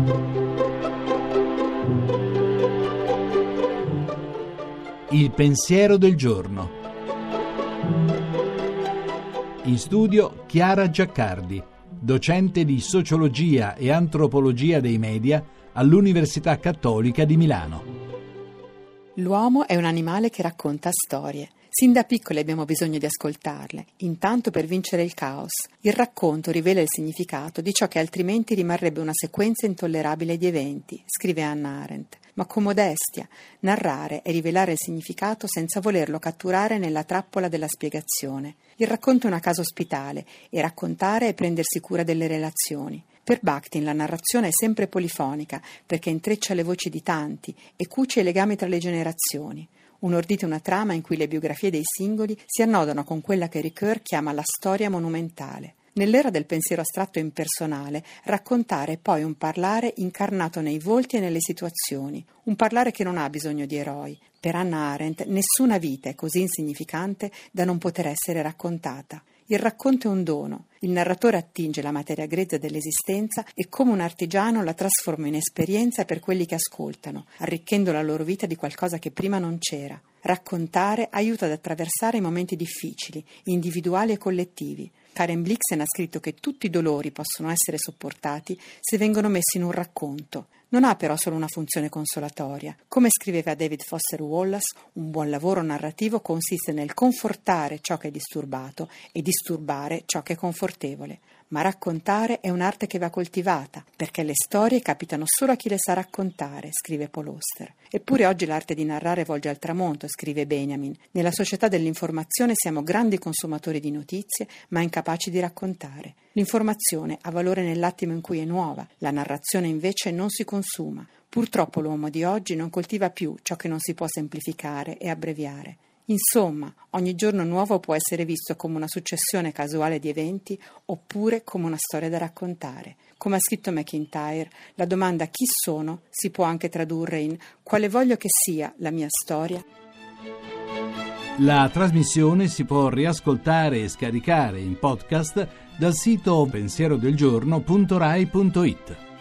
Il pensiero del giorno. In studio Chiara Giaccardi, docente di sociologia e antropologia dei media all'Università Cattolica di Milano. L'uomo è un animale che racconta storie. Sin da piccoli abbiamo bisogno di ascoltarle, intanto per vincere il caos. Il racconto rivela il significato di ciò che altrimenti rimarrebbe una sequenza intollerabile di eventi, scrive Hannah Arendt. Ma con modestia, narrare e rivelare il significato senza volerlo catturare nella trappola della spiegazione. Il racconto è una casa ospitale e raccontare è prendersi cura delle relazioni. Per Bakhtin la narrazione è sempre polifonica perché intreccia le voci di tanti e cuce i legami tra le generazioni. Un'ordita una trama in cui le biografie dei singoli si annodano con quella che Ricoeur chiama la storia monumentale. Nell'era del pensiero astratto e impersonale, raccontare è poi un parlare incarnato nei volti e nelle situazioni, un parlare che non ha bisogno di eroi. Per Hannah Arendt nessuna vita è così insignificante da non poter essere raccontata. Il racconto è un dono, il narratore attinge la materia grezza dell'esistenza e come un artigiano la trasforma in esperienza per quelli che ascoltano, arricchendo la loro vita di qualcosa che prima non c'era. Raccontare aiuta ad attraversare i momenti difficili, individuali e collettivi. Karen Blixen ha scritto che tutti i dolori possono essere sopportati se vengono messi in un racconto. Non ha però solo una funzione consolatoria. Come scriveva David Foster Wallace, un buon lavoro narrativo consiste nel confortare ciò che è disturbato e disturbare ciò che è confortevole. Ma raccontare è un'arte che va coltivata, perché le storie capitano solo a chi le sa raccontare, scrive Paul Auster. Eppure oggi l'arte di narrare volge al tramonto, scrive Benjamin. Nella società dell'informazione siamo grandi consumatori di notizie, ma incapaci di raccontare. L'informazione ha valore nell'attimo in cui è nuova, la narrazione invece non si consuma. Purtroppo l'uomo di oggi non coltiva più ciò che non si può semplificare e abbreviare. Insomma, ogni giorno nuovo può essere visto come una successione casuale di eventi oppure come una storia da raccontare. Come ha scritto McIntyre, la domanda "chi sono?" si può anche tradurre in "quale voglio che sia la mia storia?". La trasmissione si può riascoltare e scaricare in podcast dal sito pensierodelgiorno.rai.it.